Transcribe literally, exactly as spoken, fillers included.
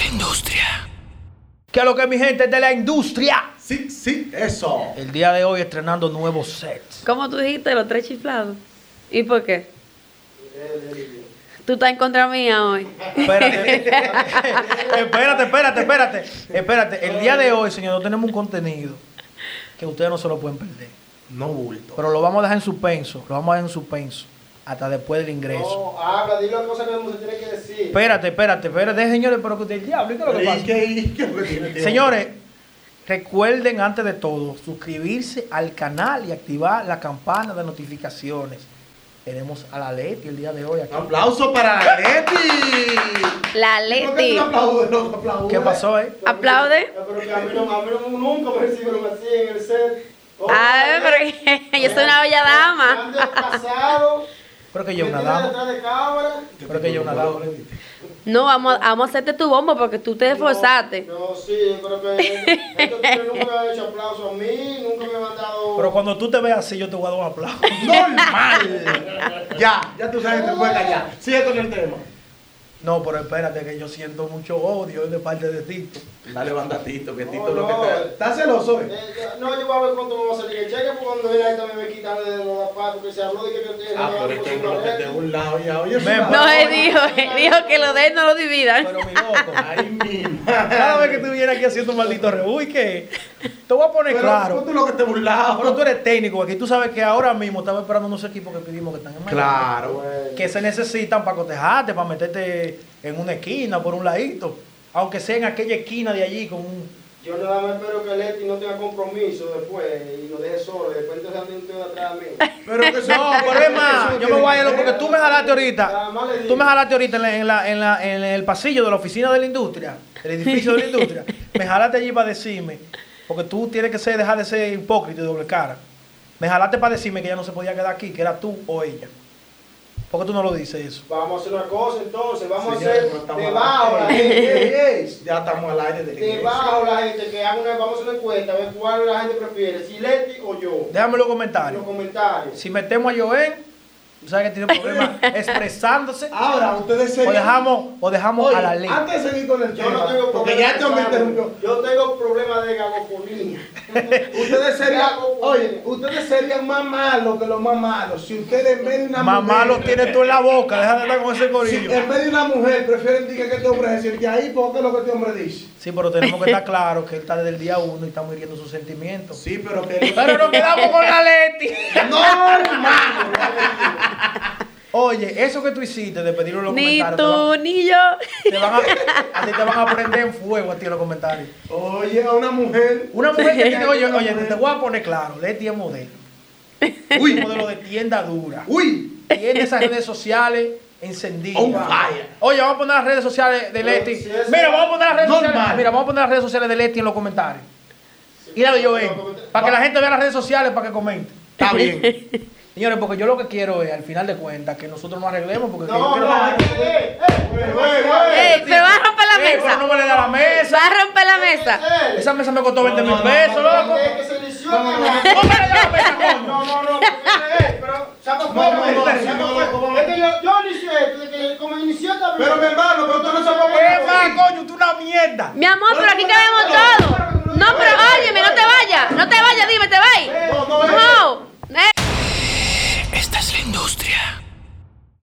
industria. ¿Qué es lo que mi gente de la industria? Sí, sí, eso. El día de hoy estrenando nuevos sets. ¿Cómo tú dijiste? Los tres chiflados. ¿Y por qué? Tú estás en contra mía hoy. Espérate, espérate, espérate, espérate. Espérate, el día de hoy, señor, tenemos un contenido que ustedes no se lo pueden perder. No bulto. Pero lo vamos a dejar en suspenso, lo vamos a dejar en suspenso hasta después del ingreso. No, habla, dile las cosas que no se tiene que decir. Espérate, espérate, espérate, señores, pero que del diablo, ¿qué es lo que pasa? ¿Qué, qué, qué, qué, Señores, recuerden antes de todo suscribirse al canal y activar la campana de notificaciones. Tenemos a la Leti el día de hoy aquí. Un aplauso para la Leti. La ¿Por qué Leti. tú aplaudes? No aplaudes. ¿Qué pasó, eh? Aplaude. Pero que a mí, no, a mí no, nunca me recibieron así en el set. Oh, A ver, pero yo soy una bella dama. Antes pasado, Pero que yo una metida dama. detrás de cámara. Pero que yo una dama. No, vamos, vamos a hacerte tu bombo porque tú te esforzaste. No, no, sí, pero que estos tigres nunca me han hecho aplauso a mí, nunca me han dado. Pero cuando tú te veas así, yo te voy a dar un aplauso. Normal. Ya, ya tú sabes que te puedes callar. Sigue con el tema. No, pero espérate que yo siento mucho odio de parte de Tito. Dale banda a Tito, que No, Tito lo no. que te... ¿Estás celoso, eh? Eh, ya- no, yo voy a ver cuánto me va a salir el cheque, porque cuando viene ahí también me quitan de los zapatos, que se habló de que yo tenía. Ah, pero este hombre lo que te de un lado ya. Oye, Me- su No, madre. él dijo, él dijo que lo de él no lo dividan. Pero mi loco, Ay, mi madre. cada vez que tú vienes aquí haciendo un maldito rebu, ¿y qué? Te voy a poner Pero claro. tú lo que te burlado. Pero tú eres técnico aquí, tú sabes que ahora mismo estaba esperando unos equipos que pedimos que están en Miami. Claro. Que se necesitan para cotejarte, para meterte en una esquina, por un ladito. Aunque sea en aquella esquina de allí con un... Yo nada más espero que Leti no tenga compromiso después y lo deje solo. Y después entonces ande usted atrás de mí. Pero que No, pero es más, yo me voy a ir porque tú me jalaste ahorita. Nada más le digo. Tú me jalaste ahorita en, la, en, la, en, la, en el pasillo de la oficina de la industria, el edificio de la industria. Me jalaste allí para decirme, porque tú tienes que ser, dejar de ser hipócrita y doble cara. Me jalaste para decirme que ella no se podía quedar aquí, que era tú o ella. ¿Por qué tú no lo dices eso? Vamos a hacer una cosa entonces, vamos Señores, a no hacer estamos debajo al la aire. gente. Ey, ey, ey. Ya estamos al aire de la iglesia. Debajo la gente que haga una, vamos a hacer una encuesta, a ver cuál la gente prefiere, si Leti o yo. Déjame los En comentarios. los comentarios. Si metemos a Joel, tú sabes que tiene problemas expresándose, Ahora, ustedes o serían... dejamos, o dejamos Oye, a la ley. antes de seguir con el Yo tema, no tengo porque problema ya este hombre de examen. interrumpió. Yo tengo problemas de gagofonía. Ustedes serían, Gagofonía. oye, ustedes serían más malos que los más malos. Si ustedes en vez de una Mamá mujer, lo tiene tú en la boca, deja de estar con ese si corillo. en vez de una mujer prefieren decir que este hombre se siente ahí, porque es lo que este hombre dice. Sí, pero tenemos que estar claros que él está desde el día uno y estamos hiriendo sus sentimientos. Sí, pero que... Pero nos quedamos con la Leti. No, hermano. Oye, eso que tú hiciste de pedirlo en los Ni comentarios, te tú, van, ni yo. te van a, a ti te van a prender en fuego a ti en los comentarios. Oye, a una mujer... Una mujer que tiene, oye, oye, te voy a poner claro, Leti es modelo. Uy, Es modelo de tienda dura. uy, Tiene esas redes sociales encendidas. on fire. Oye, vamos a poner las redes sociales de Leti. si eso- Mira, vamos a poner las redes Normal. sociales. Mira, vamos a poner las redes sociales de Leti en los comentarios. Y la de Joel. Para que la gente vea las redes sociales para que comente. Está bien. Señores, porque yo lo que quiero es, al final de cuentas, que nosotros nos arreglemos. Porque yo No, quiero- no, eh, eh, eh, Ey, pero va a romper la Eh, pero mesa. no me le da la mesa. Va a romper la mesa. Esa mesa me costó veinte No, mil no, no, pesos, no, loco. Es que se inició No, no, no. acá. ¿Cómo le da la mesa, coño? No, no, no, porque, eh, pero saca No, fuera, no, eh, no, saca no, no, fuera. no, no. Es que yo, yo inicié esto, de que como inició también. Pero mi hermano, pero tú no sabes ¿Qué va, coño? Tú una mierda. Mi amor, pero aquí cabemos todos.